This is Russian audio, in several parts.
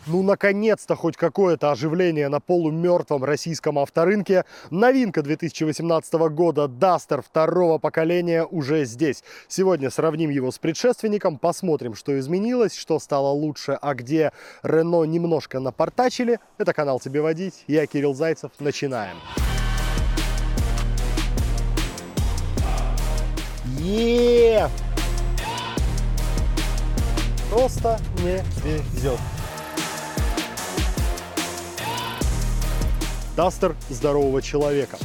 Ну, наконец-то хоть какое-то оживление на полумертвом российском авторынке. Новинка 2018 года Duster второго поколения уже здесь. Сегодня сравним его с предшественником, посмотрим, что изменилось, что стало лучше, а где Renault немножко напортачили. Это канал «Тебе водить». Я Кирилл Зайцев. Начинаем. Просто не везет. Duster здорового человека.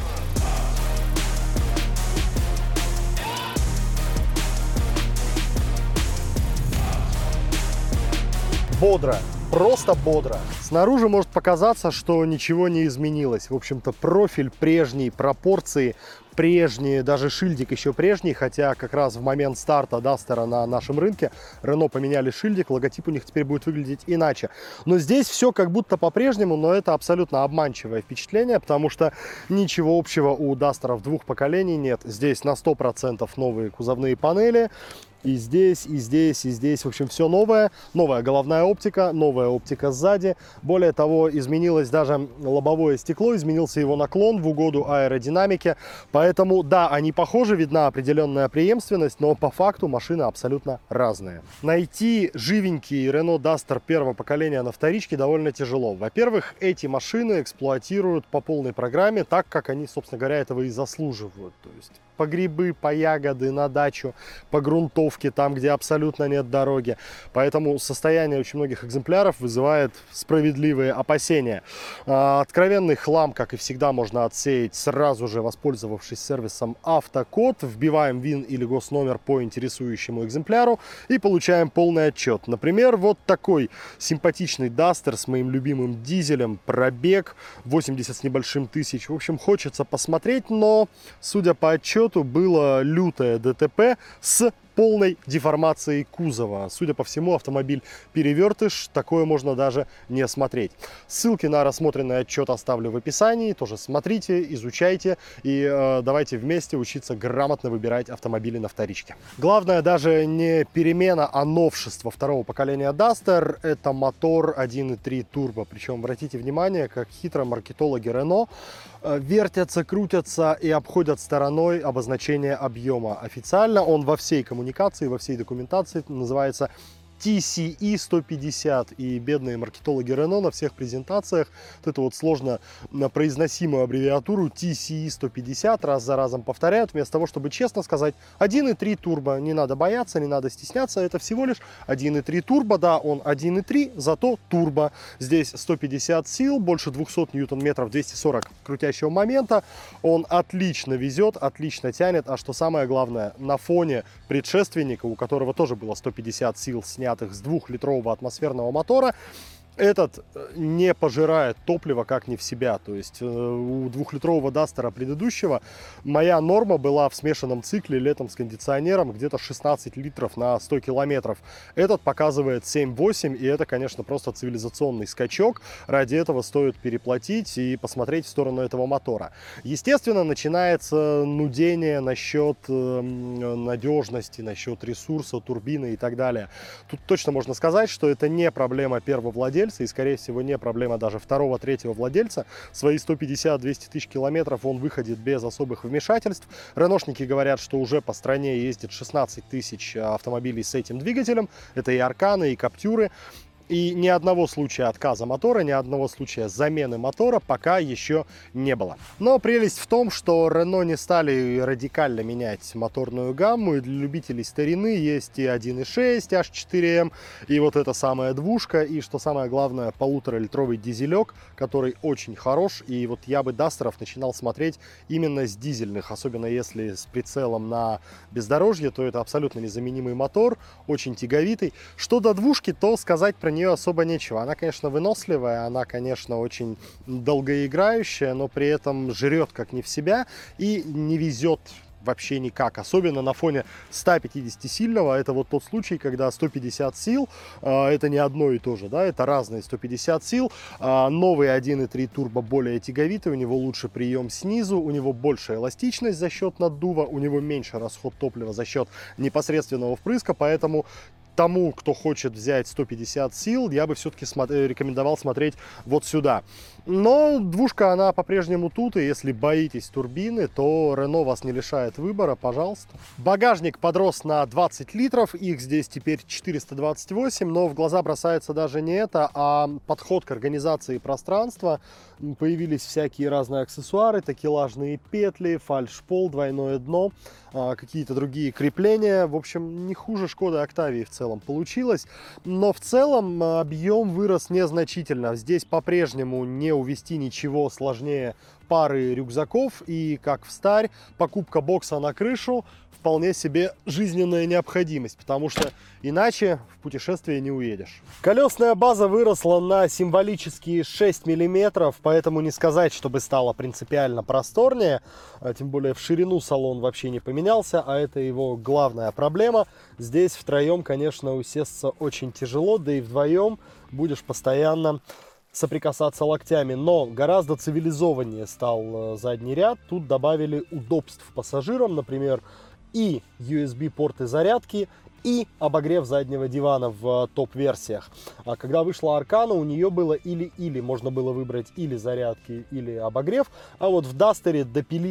Бодро, просто бодро. Снаружи может показаться, что ничего не изменилось. В общем-то, профиль прежний, пропорции прежние, даже шильдик еще прежний, хотя как раз в момент старта Duster на нашем рынке Renault поменяли шильдик, логотип у них теперь будет выглядеть иначе. Но здесь все как будто по-прежнему, но это абсолютно обманчивое впечатление, потому что ничего общего у Duster двух поколений нет. Здесь на 100% новые кузовные панели. И здесь, и здесь, и здесь, в общем, все новое. Новая головная оптика, новая оптика сзади. Более того, изменилось даже лобовое стекло, изменился его наклон в угоду аэродинамике. Поэтому, да, они похожи, видна определенная преемственность, но по факту машины абсолютно разные. Найти живенький Renault Duster первого поколения на вторичке довольно тяжело. Во-первых, эти машины эксплуатируют по полной программе, так как они, собственно говоря, этого и заслуживают. То есть по грибы, по ягоды, на дачу, по грунтовке, там, где абсолютно нет дороги. Поэтому состояние очень многих экземпляров вызывает справедливые опасения. Откровенный хлам, как и всегда, можно отсеять сразу же, воспользовавшись сервисом Автокод. Вбиваем ВИН или госномер по интересующему экземпляру и получаем полный отчет. Например, вот такой симпатичный Duster с моим любимым дизелем, пробег 80 с небольшим тысяч. В общем, хочется посмотреть, но, судя по отчету, было лютое ДТП с полной деформацией кузова. Судя по всему, автомобиль перевертыш, такое можно даже не смотреть. Ссылки на рассмотренный отчет оставлю в описании, тоже смотрите, изучайте и давайте вместе учиться грамотно выбирать автомобили на вторичке. Главное даже не перемена, а новшество второго поколения Duster. Это мотор 1.3 турбо. Причем обратите внимание, как хитро маркетологи Renault вертятся, крутятся и обходят стороной обозначение объема. Официально он во всей коммуникации, во всей документации называется TCE 150, и бедные маркетологи Renault на всех презентациях вот эту вот сложно произносимую аббревиатуру TCE 150 раз за разом повторяют, вместо того, чтобы честно сказать 1.3 турбо. Не надо бояться, не надо стесняться, это всего лишь 1.3 турбо, да, он 1.3, зато турбо. Здесь 150 сил, больше 200 ньютон-метров, 240 крутящего момента. Он отлично везет, отлично тянет, а что самое главное, на фоне предшественника, у которого тоже было 150 сил, снятых с 2-литрового атмосферного мотора, этот не пожирает топливо как не в себя. То есть у 2-литрового Дастера предыдущего моя норма была в смешанном цикле летом с кондиционером где-то 16 литров на 100 километров. Этот показывает 7-8, и это, конечно, просто цивилизационный скачок. Ради этого стоит переплатить и посмотреть в сторону этого мотора. Естественно, начинается нудение насчет надежности, насчет ресурса, турбины и так далее. Тут точно можно сказать, что это не проблема первого владельца, и, скорее всего, не проблема даже второго, третьего владельца. Свои 150-200 тысяч километров он выходит без особых вмешательств. Реношники говорят, что уже по стране ездит 16 тысяч автомобилей с этим двигателем. Это и Арканы, и Каптюры. И ни одного случая отказа мотора, ни одного случая замены мотора пока еще не было. Но прелесть в том, что Renault не стали радикально менять моторную гамму. И для любителей старины есть и 1.6 H4M, и вот эта самая двушка, и, что самое главное, 1,5-литровый дизелек, который очень хорош. И вот я бы Дастеров начинал смотреть именно с дизельных, особенно если с прицелом на бездорожье, то это абсолютно незаменимый мотор, очень тяговитый. Что до двушки, то сказать про нее особо нечего. Она, конечно, выносливая, она, конечно, очень долгоиграющая, но при этом жрет как не в себя и не везет вообще никак, особенно на фоне 150-сильного. Это вот тот случай, когда 150 сил, это не одно и то же, да, это разные 150 сил. Новый 1.3 турбо более тяговитый, у него лучше прием снизу, у него больше эластичность за счет наддува, у него меньше расход топлива за счет непосредственного впрыска, поэтому тому, кто хочет взять 150 сил, я бы все-таки рекомендовал смотреть вот сюда. Но двушка, она по-прежнему тут, и если боитесь турбины, то Renault вас не лишает выбора, пожалуйста. Багажник подрос на 20 литров, их здесь теперь 428, но в глаза бросается даже не это, а подход к организации пространства. Появились всякие разные аксессуары, такелажные петли, фальшпол, двойное дно, какие-то другие крепления. В общем, не хуже Шкоды Октавии в целом получилось. Но в целом объем вырос незначительно. Здесь по-прежнему не увезти ничего сложнее пары рюкзаков. И как в старь, покупка бокса на крышу вполне себе жизненная необходимость, потому что иначе в путешествие не уедешь. Колесная база выросла на символические 6 мм, поэтому не сказать, чтобы стало принципиально просторнее. Тем более в ширину салон вообще не поменялся, а это его главная проблема. Здесь втроем, конечно, усесться очень тяжело, да и вдвоем будешь постоянно соприкасаться локтями, но гораздо цивилизованнее стал задний ряд. Тут добавили удобств пассажирам, например, и USB-порты зарядки, и обогрев заднего дивана в топ-версиях. А когда вышла Arkana, у нее было или-или. Можно было выбрать или зарядки, или обогрев. А вот в Дастере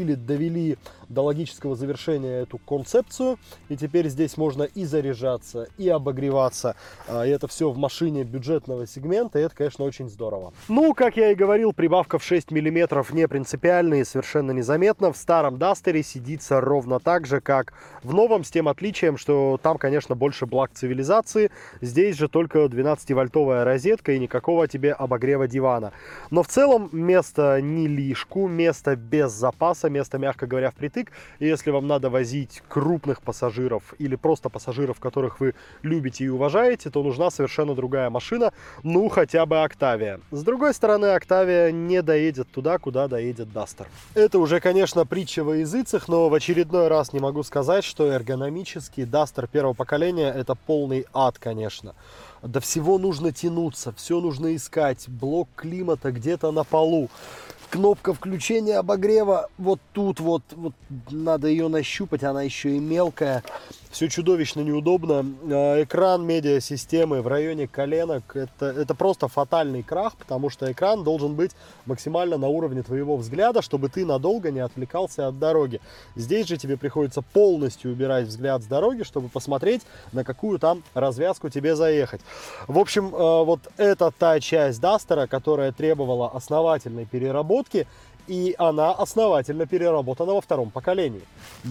довели до логического завершения эту концепцию. И теперь здесь можно и заряжаться, и обогреваться. И это все в машине бюджетного сегмента. И это, конечно, очень здорово. Ну, как я и говорил, прибавка в 6 мм не принципиальная и совершенно незаметно. В старом Дастере сидится ровно так же, как в новом, с тем отличием, что там, конечно, больше благ цивилизации. Здесь же только 12-вольтовая розетка и никакого тебе обогрева дивана. Но в целом место не лишку, место без запаса, место, мягко говоря, впритык. И если вам надо возить крупных пассажиров или просто пассажиров, которых вы любите и уважаете, то нужна совершенно другая машина, ну хотя бы Octavia. С другой стороны, Octavia не доедет туда, куда доедет Duster. Это уже, конечно, притча во языцах, но в очередной раз не могу сказать, что эргономически Duster первого поколения это полный ад, конечно. До всего нужно тянуться, все нужно искать. Блок климата где-то на полу. Кнопка включения обогрева вот тут вот надо ее нащупать, она еще и мелкая. Все чудовищно неудобно. Экран медиасистемы в районе коленок это просто фатальный крах, потому что экран должен быть максимально на уровне твоего взгляда, чтобы ты надолго не отвлекался от дороги. Здесь же тебе приходится полностью убирать взгляд с дороги, чтобы посмотреть, на какую там развязку тебе заехать. В общем, вот это та часть Дастера, которая требовала основательной переработки, и она основательно переработана во втором поколении.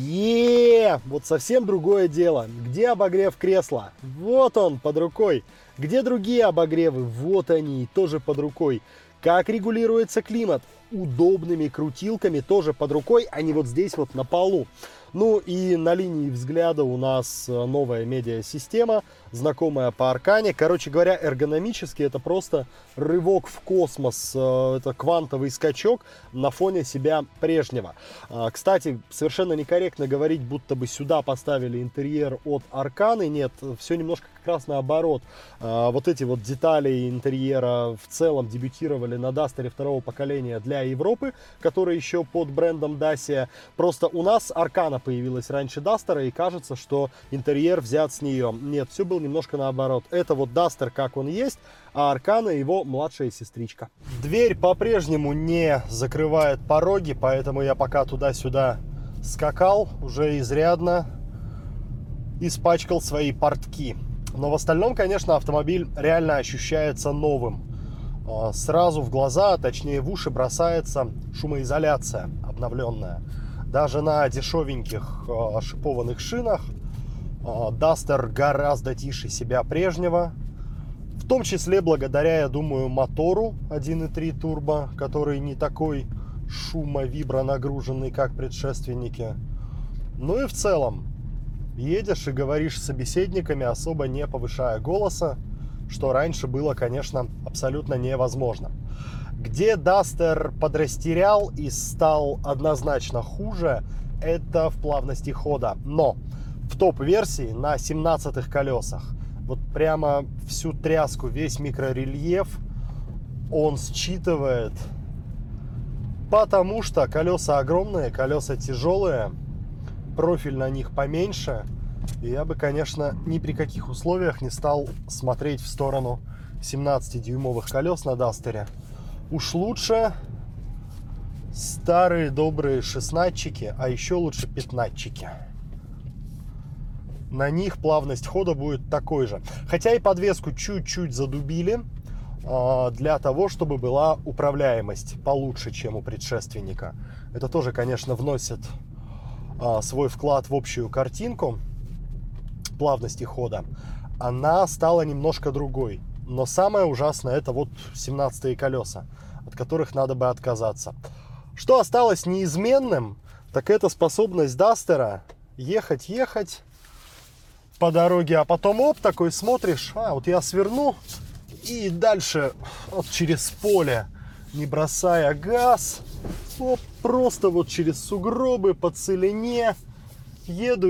Вот совсем другое дело. Где обогрев кресла? Вот он, под рукой. Где другие обогревы? Вот они, тоже под рукой. Как регулируется климат? Удобными крутилками, тоже под рукой, а не вот здесь вот на полу. Ну и на линии взгляда у нас новая медиасистема, знакомая по Arkane. Короче говоря, эргономически это просто рывок в космос, это квантовый скачок на фоне себя прежнего. Кстати, совершенно некорректно говорить, будто бы сюда поставили интерьер от Arkane. Нет, все немножко как раз наоборот. Вот эти вот детали интерьера в целом дебютировали на Дастере второго поколения для Европы, который еще под брендом Dacia. Просто у нас Arkana появилась раньше Дастера, и кажется, что интерьер взят с нее. Нет, все было немножко наоборот. Это вот Дастер, как он есть, а Arkana его младшая сестричка. Дверь по-прежнему не закрывает пороги, поэтому я пока туда-сюда скакал, уже изрядно испачкал свои портки. Но в остальном, конечно, автомобиль реально ощущается новым. Сразу в глаза, а точнее в уши бросается шумоизоляция обновленная. Даже на дешевеньких шипованных шинах Duster гораздо тише себя прежнего. В том числе благодаря, я думаю, мотору 1.3 турбо, который не такой шумо-вибро-нагруженный, как предшественники. Ну и в целом, едешь и говоришь с собеседниками, особо не повышая голоса, что раньше было, конечно, абсолютно невозможно. Где Duster подрастерял и стал однозначно хуже, это в плавности хода. Но в топ-версии на 17-х колесах вот прямо всю тряску, весь микрорельеф он считывает, потому что колеса огромные, колеса тяжелые, профиль на них поменьше, И я бы, конечно, ни при каких условиях не стал смотреть в сторону 17-дюймовых колес на Дастере. Уж лучше старые добрые 16-чики, а еще лучше 15-чики. На них плавность хода будет такой же. Хотя и подвеску чуть-чуть задубили для того, чтобы была управляемость получше, чем у предшественника. Это тоже, конечно, вносит свой вклад в общую картинку плавности хода. Она стала немножко другой. Но самое ужасное — это вот 17-е колеса, от которых надо бы отказаться. Что осталось неизменным, так это способность Дастера ехать по дороге, а потом оп, такой смотришь, вот я сверну и дальше вот через поле, не бросая газ, оп, просто вот через сугробы по целине еду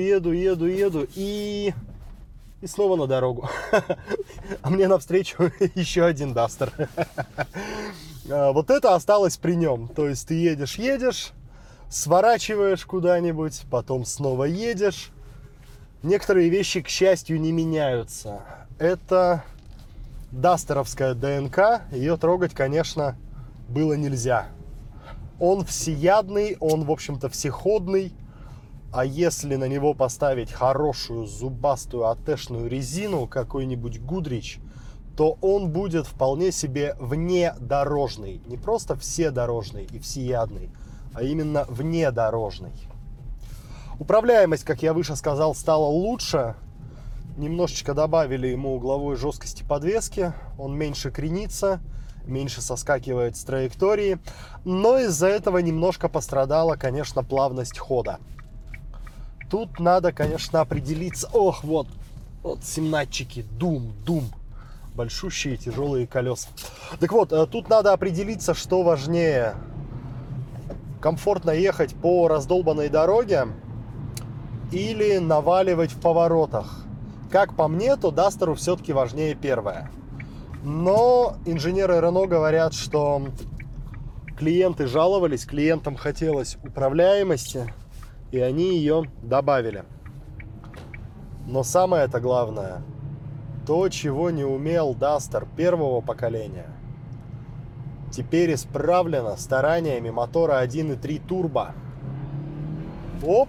и снова на дорогу. А мне навстречу еще один Дастер. Вот это осталось при нем. То есть ты едешь, сворачиваешь куда-нибудь, потом снова едешь. Некоторые вещи, к счастью, не меняются. Это дастеровская ДНК. Ее трогать, конечно, было нельзя. Он всеядный, он, в общем-то, всеходный. А если на него поставить хорошую зубастую АТ-шную резину, какой-нибудь Гудрич, то он будет вполне себе внедорожный. Не просто вседорожный и всеядный, а именно внедорожный. Управляемость, как я выше сказал, стала лучше. Немножечко добавили ему угловой жесткости подвески. Он меньше кренится, меньше соскакивает с траектории. Но из-за этого немножко пострадала, конечно, плавность хода. Тут надо, конечно, определиться. Ох, вот 17-чики, дум. Большущие тяжелые колеса. Так вот, тут надо определиться, что важнее. Комфортно ехать по раздолбанной дороге или наваливать в поворотах. Как по мне, то Дастеру все-таки важнее первое. Но инженеры Renault говорят, что клиенты жаловались, клиентам хотелось управляемости, и они ее добавили. Но самое это главное, то, чего не умел Дастер первого поколения, теперь исправлено стараниями мотора 1.3 турбо. Оп!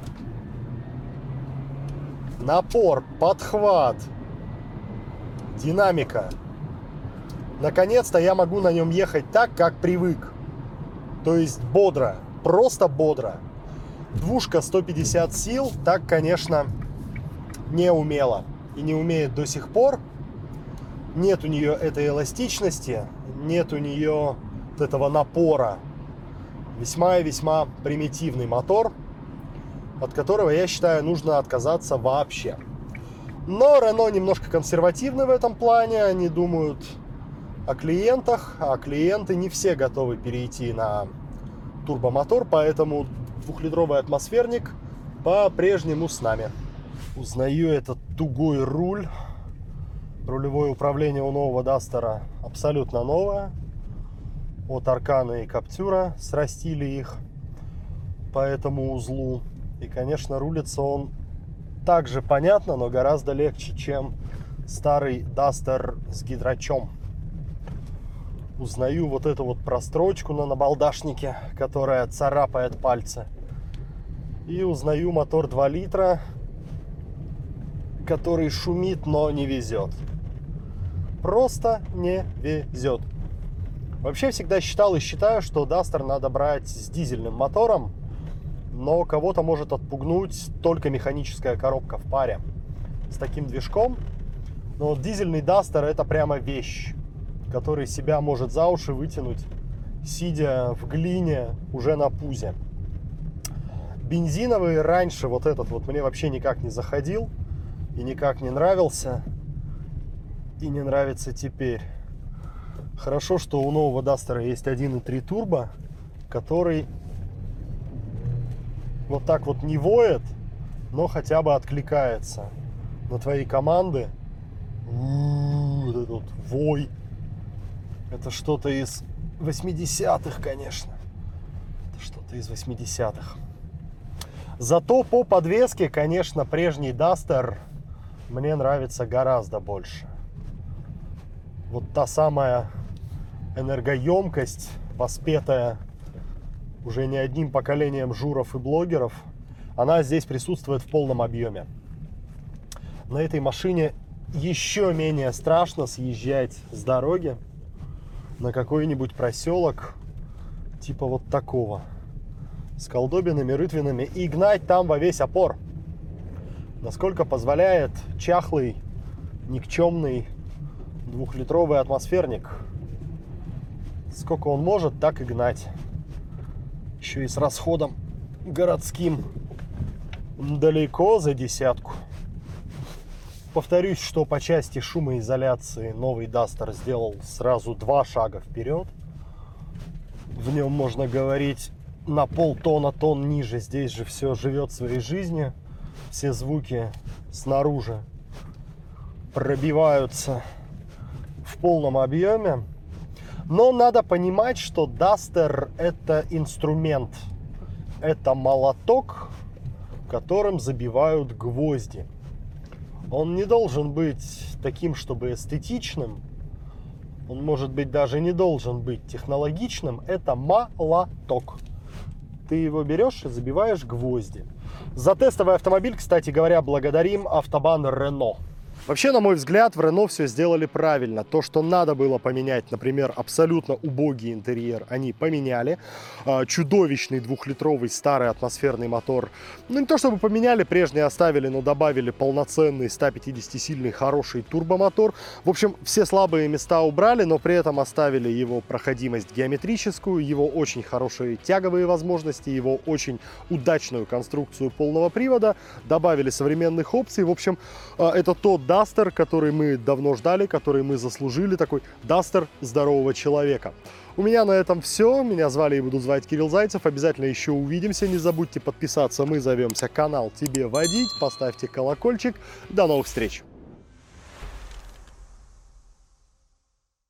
Напор, подхват, динамика. Наконец-то я могу на нем ехать так, как привык. То есть бодро, просто бодро. Двушка 150 сил так, конечно, не умела. И не умеет до сих пор. Нет у нее этой эластичности, нет у нее вот этого напора. Весьма и весьма примитивный мотор, от которого, я считаю, нужно отказаться вообще. Но Renault немножко консервативны в этом плане. Они думают о клиентах, а клиенты не все готовы перейти на турбомотор, поэтому 2-литровый атмосферник по-прежнему с нами. Узнаю этот тугой руль. Рулевое управление у нового Дастера абсолютно новое. От Аркана и Каптюра срастили их по этому узлу. И, конечно, рулится он также понятно, но гораздо легче, чем старый Дастер с гидрачом. Узнаю вот эту вот прострочку на набалдашнике, которая царапает пальцы. И узнаю мотор 2 литра, который шумит, но не везет. Просто не везет. Вообще всегда считал и считаю, что Дастер надо брать с дизельным мотором, но кого-то может отпугнуть только механическая коробка в паре с таким движком. Но вот дизельный Дастер — это прямо вещь, который себя может за уши вытянуть, сидя в глине уже на пузе. Бензиновый раньше вот этот вот мне вообще никак не заходил и никак не нравился, и не нравится теперь. Хорошо, что у нового Дастера есть 1.3 турбо, который вот так вот не воет, но хотя бы откликается на твои команды. Вот этот вот вой. Это что-то из 80-х, конечно. Это что-то из 80-х. Зато по подвеске, конечно, прежний Duster мне нравится гораздо больше. Вот та самая энергоемкость, воспетая уже не одним поколением журов и блогеров, она здесь присутствует в полном объеме. На этой машине еще менее страшно съезжать с дороги на какой-нибудь проселок типа вот такого, с колдобинами, рытвинами, и гнать там во весь опор, насколько позволяет чахлый, никчемный двухлитровый атмосферник. Сколько он может, так и гнать. Еще и с расходом городским далеко за десятку. Повторюсь, что по части шумоизоляции новый Duster сделал сразу 2 шага вперед. В нем можно говорить на полтона, тон ниже. Здесь же все живет своей жизнью. Все звуки снаружи пробиваются в полном объеме. Но надо понимать, что Duster — это инструмент. Это молоток, которым забивают гвозди. Он не должен быть таким, чтобы эстетичным. Он, может быть, даже не должен быть технологичным. Это молоток. Ты его берешь и забиваешь гвозди. За тестовый автомобиль, кстати говоря, благодарим автобан Renault. Вообще, на мой взгляд, в Renault все сделали правильно. То, что надо было поменять, например, абсолютно убогий интерьер, они поменяли. Чудовищный двухлитровый старый атмосферный мотор. Ну, не то чтобы поменяли, прежний оставили, но добавили полноценный 150-сильный хороший турбомотор. В общем, все слабые места убрали, но при этом оставили его проходимость геометрическую, его очень хорошие тяговые возможности, его очень удачную конструкцию полного привода. Добавили современных опций. В общем, это тот Duster, который мы давно ждали, который мы заслужили, такой Duster здорового человека. У меня на этом все. Меня звали и буду звать Кирилл Зайцев. Обязательно еще увидимся. Не забудьте подписаться. Мы зовемся. Канал Тебе водить. Поставьте колокольчик. До новых встреч.